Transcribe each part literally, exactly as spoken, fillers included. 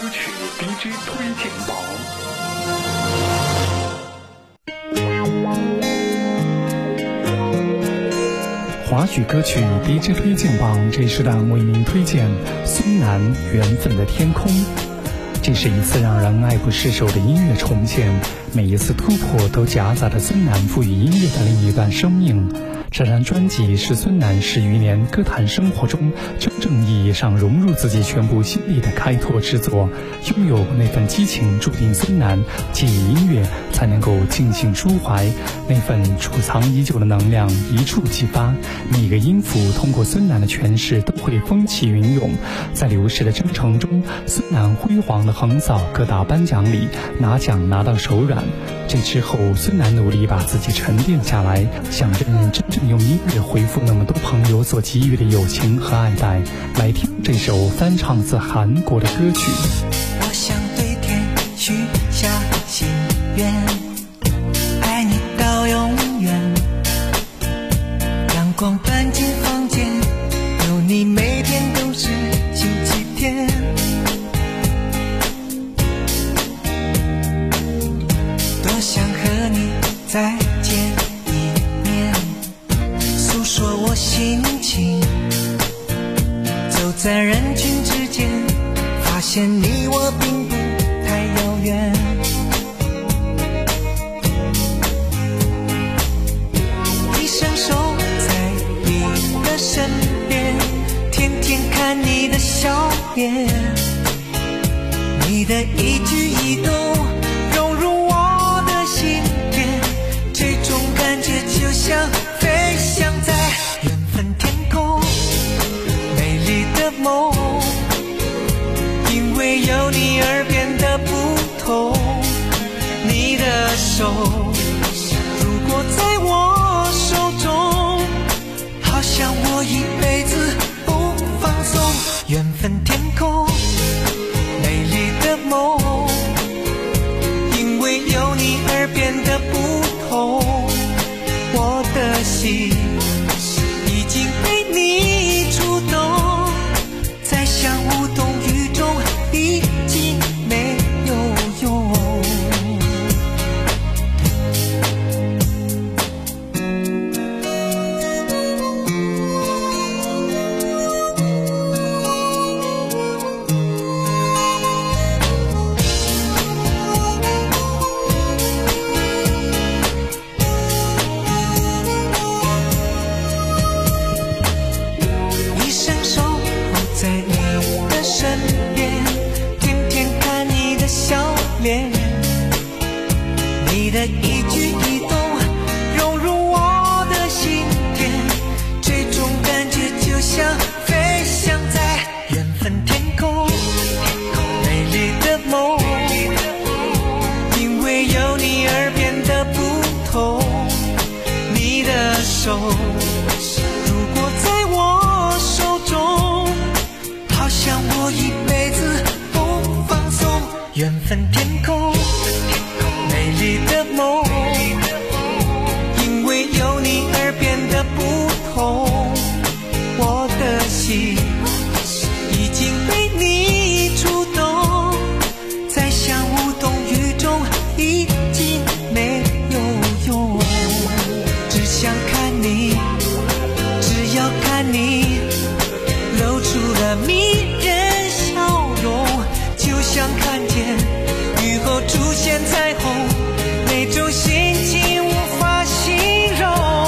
曲 D J 推荐榜。华语歌曲 D J 推荐榜这时段为您推荐孙楠《缘分的天空》。这是一次让人爱不释手的音乐重现，每一次突破都夹杂着孙楠赋予音乐的另一段生命。这张专辑是孙楠十余年歌坛生活中真正意义上融入自己全部心力的开拓之作，拥有那份激情，注定孙楠借以音乐才能够尽兴抒怀，那份储藏已久的能量一触即发，每个音符通过孙楠的诠释都会风起云涌。在流逝的征程中，孙楠辉煌的横扫各大颁奖礼，拿奖拿到手软。这之后，孙楠努力把自己沉淀下来，想认认真真用音乐回复那么多朋友所给予的友情和爱戴。来听这首翻唱自韩国的歌曲。 我想对天许下心愿，爱你到永远，阳光搬进房间，有你每天都是星期天，多想和你再见一面，诉说我心情，走在人群之间，发现你我并不太遥远，一伸手在你的身边，天天看你的笑脸，你的一举一动融入我的心田，这种感觉就像飞翔在缘分天空，美丽的梦，因为有你而变得不同。你的手如果在我手中，好像我一辈子不放松。缘分天空，美丽的梦，因为有你而变得不同。我的心已经被你触动，再想无动于衷已经没有用。一伸手在你的身边，天天看你的笑脸，你的一举一动融入我的心田，这种感觉就像飞翔在缘分天空，美丽的梦，因为有你而变得不同。你的手如果在我手中，好像我一辈子不放松。缘分天空，美丽的梦，因为有你而变得不同。我的心已经被你触动，再想无动于衷已经没有用。只想看你，只要看你露出了迷人笑容，就像看见雨后出现彩虹，那种心情无法形容。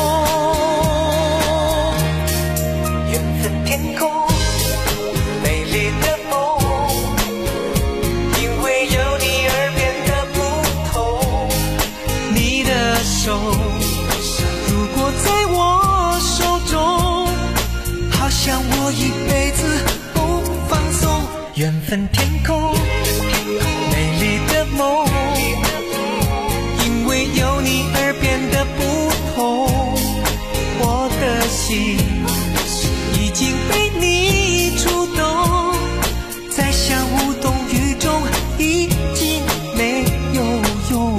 缘分天空，美丽的梦，因为有你而变得不同。你的手如果在我手中，好像我一辈子不放松。缘分天空，美丽的梦，因为有你而变得不同。我的心已经被你触动，再想无动于衷已经没有用。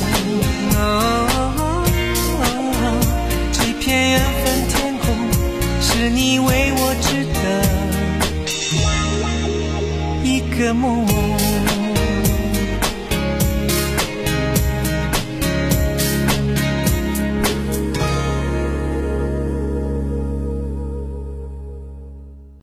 这片缘分天空是你为我织的一个个梦。